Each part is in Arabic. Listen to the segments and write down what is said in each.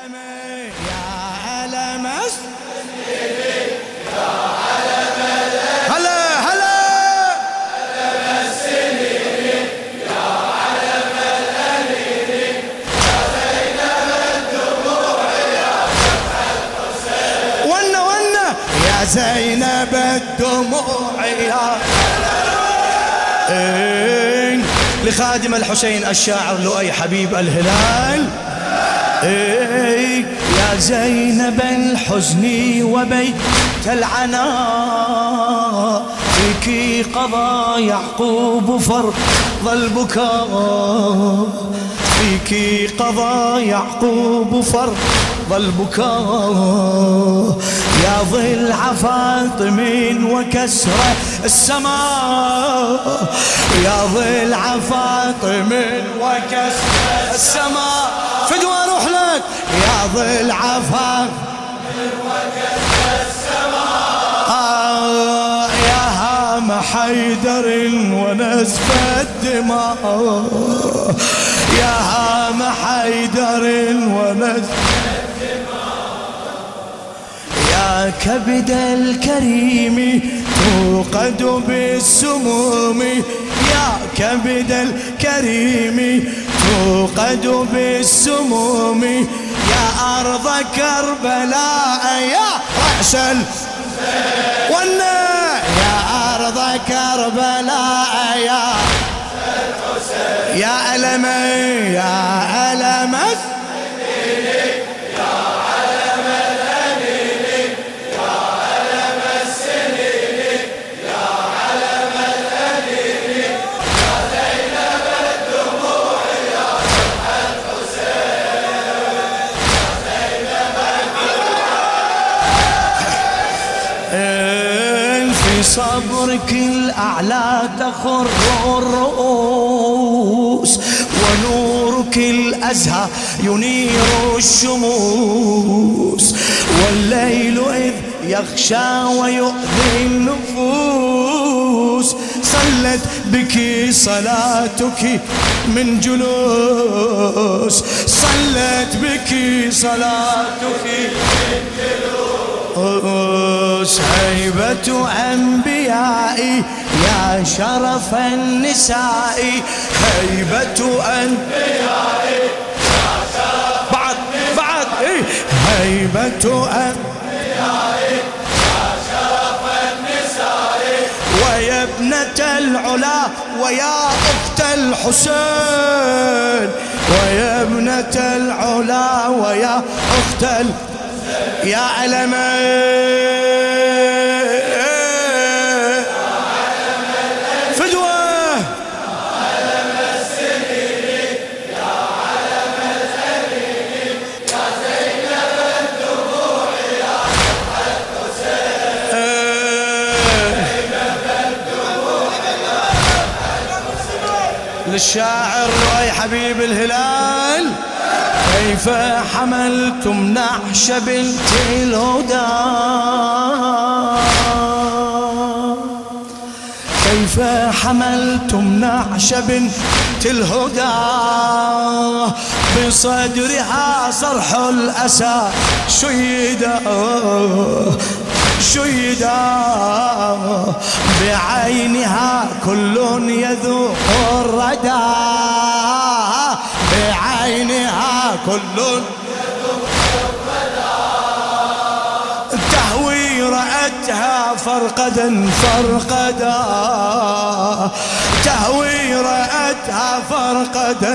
ألمي يا ألم هلا هلا ألم السنين يا علم الأنين يا زينب الدموع يا شفع الحسين ونا ونا يا زينب الدموع يا لخادم الحسين الشاعر لؤي حبيب الهلال. يا زينب الحزن وبيت العناء فيك قضى يعقوب فرض البكاء فيك قضى يعقوب فرض البكاء يا ضلع فاطم وكسر السماء يا ضلع فاطم وكسر السماء فدوى اروح لك يا ضلع فاطم وكسر السماء يا هام حيدر ونزف الدماء يا هام حيدر ونزف يا كبد الكريم توقد بالسموم يا كبد الكريم توقد بالسموم يا أرض كربلاء يا رأس ونا يا أرض كربلاء يا ألمي يا ألمس صبرك الأعلى تخر الرؤوس ونورك الأزهى ينير الشموس والليل إذ يغشى ويؤذي النفوس صلت بك صلاتك من جلوس صلت بك صلاتك من جلوس هيبة أنبيائي يا شرف النساء هيبة أنبيائي يا شرف بعد هيبة أنبيائي يا شرف النساء ويا ابنة العلا ويا أخت الحسين ويا ابنة العلا ويا أخت يا ألمي فدوى يا علم السنين يا علم الأنين يا زينب الدموع يا شفع الحسين زينب الدموع يا شفع الحسين للشاعر لؤي حبيب الهلال. كيف حملتم نعش بنت الهدى كيف حملتم نعش بنت الهدى بصدرها صرح الأسى شيدا بعينها كل يذوق الردى بعينها كل تهوي رأتها فرقدا تهوي رأتها فرقدا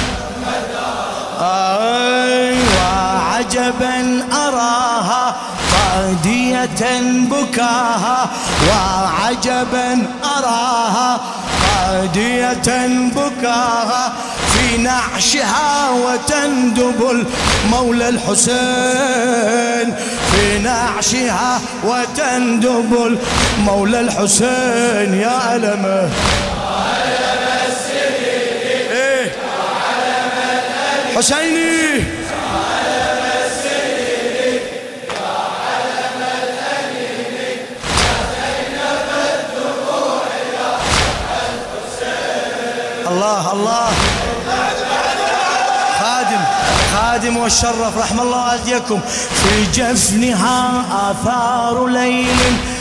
وعجبا أراها قادية بكاها وعجبا أراها قادية بكاها في نعشها وتندب المولى الحسين في نعشها وتندب المولى الحسين يا ألمه علم السنين يا علم الأنين حسيني علم السنين يا علم الأنين يا زينب الدموع يا شفع الحسين الله الله خادم والشرف رحم الله والديكم. في جفنها آثار ليل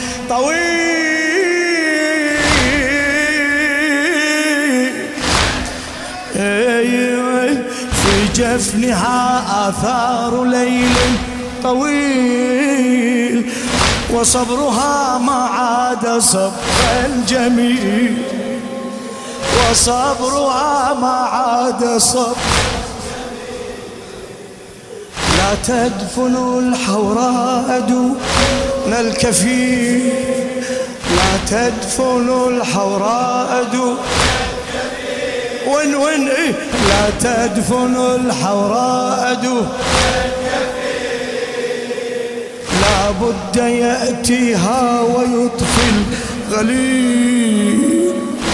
طويل، في جفنها آثار ليل طويل، وصبرها ما عاد صبر الجميل، وصبرها ما عاد صبر. لا تدفن الحوراء دون الكفين، لا تدفن الحوراء دون وين إيه؟ لا تدفن الحوراء دون لا بد يأتيها ويطفي الغليل.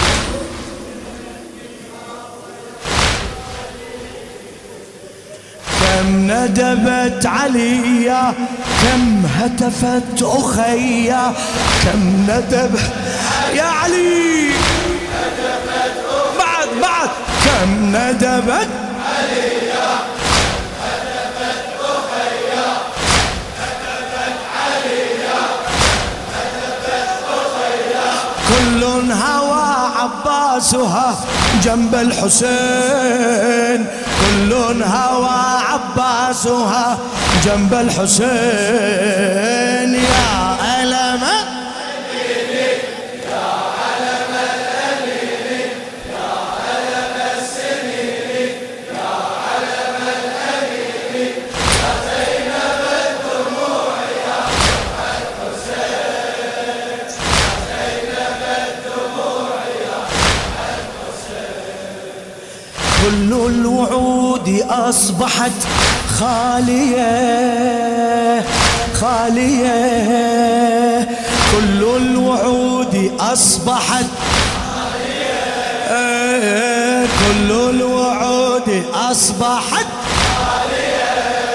كم ندبت عليا كم هتفت أخيا، كم ندبت يا علي بعد كم ندبت عليا هتفت أخيا، هتفت عليا هتفت أخيا، كل هوى عباسها جنب الحسين، كل هوى عباسها جنب الحسين. يا ألم الأنين يا علم الأنين يا علم السنين يا علم الأنين يا زينب الدموع يا الحسين، يا زينب الدموع يا الحسين. كل الوعود أصبحت خالية خالية، كل الوعود أصبحت خالية، كل الوعود أصبحت خالية،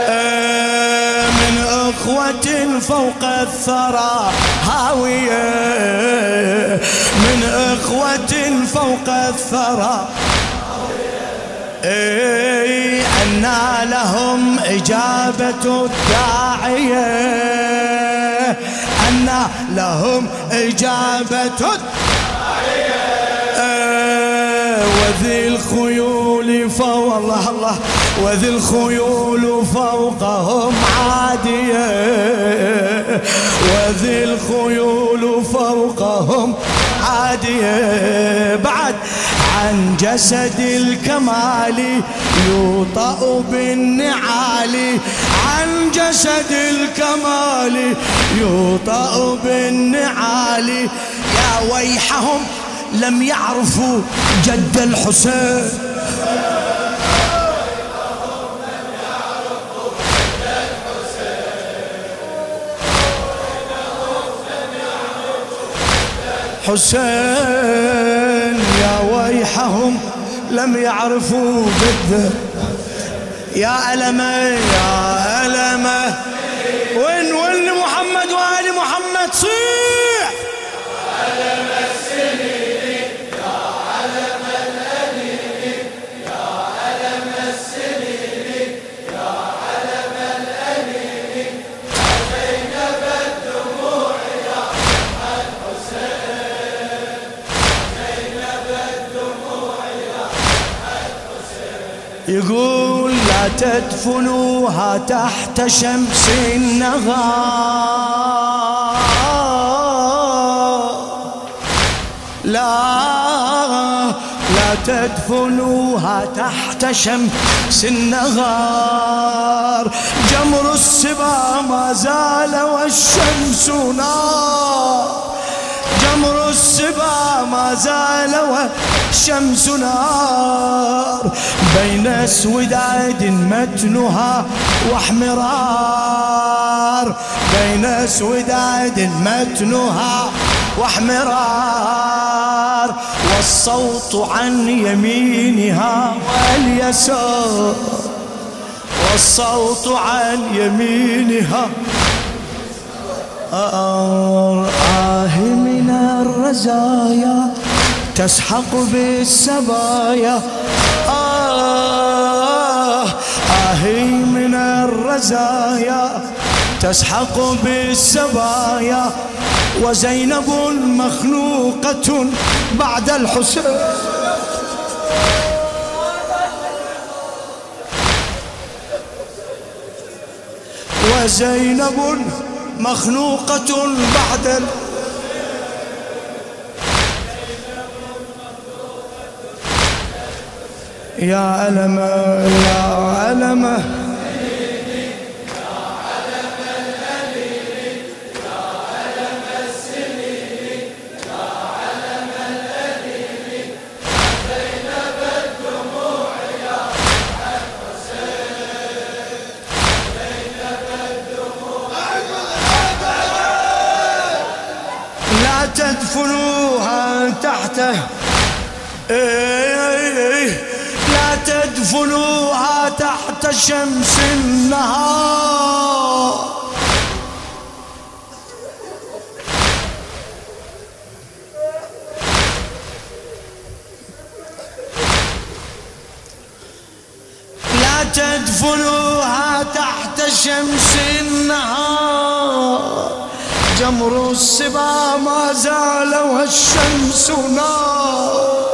من أخوة فوق الثرى هاوية، من أخوة فوق الثرى أنى لهم إجابة الداعية، أنى لهم إجابة الداعية، وذي الخيول فوق الله الله وذي الخيول فوقهم عادية، وذي الخيول فوقهم عادية. بعد عن جسد الكمال يوطأ بالنعال، عن جسد الكمال يوطأ بالنعال. يا ويحهم لم يعرفوا جد الحسين، حسين يا ويحهم لم يعرفوا جده. يا ألمه يا ألمه وين محمد وآل محمد صيح. يا علم السنين يا علم الأنين يا علم السنين يا علم الأنين يا زينب الدموع يا الحسين، يا زينب الدموع يا الحسين. يقول لا تدفنوها تحت شمس النهار، لا تدفنوها تحت شمس النهار. جمر السبا ما زال والشمس نار، جمر السبا ما زال والشمس نار. بين اسوداد متنها واحمرار، بين اسوداد متنها واحمرار. والصوت عن يمينها واليسار، والصوت عن يمينها. من الرزايا تسحق بالسبايا، آهي من الرزايا تسحق بالسبايا وزينب مخلوقة بعد الحسين وزينب مخلوقة بعد يا ألم يا ألم لا تدفنوها تحته لا تدفنوها تحت شمس النهار لا تدفنوها تحت شمس النهار جمر الصبا ما زال والشمس نار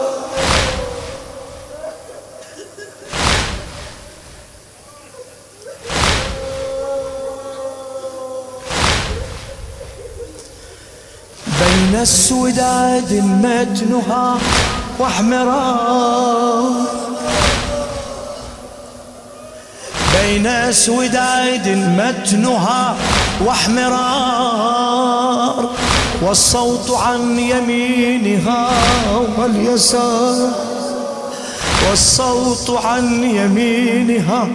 بين السوداد متنها واحمرار بين سوداد متنها واحمرار والصوت عن يمينها واليسار والصوت عن يمينها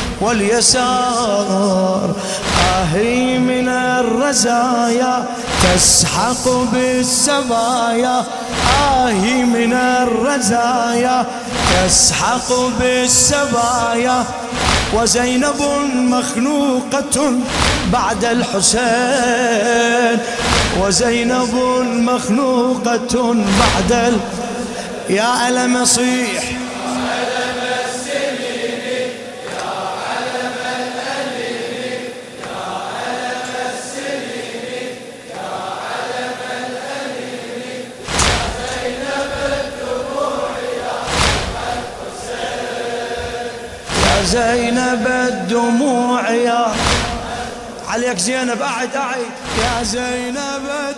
واليسار آهي من الرزايا تسحق بالسبايا آهي من الرزايا تسحق بالسبايا وزينب مخلوقة بعد الحسين وزينب مخلوقة بعد يا ألم صيح زينب الدموع يا عليك زينب أعد يا زينب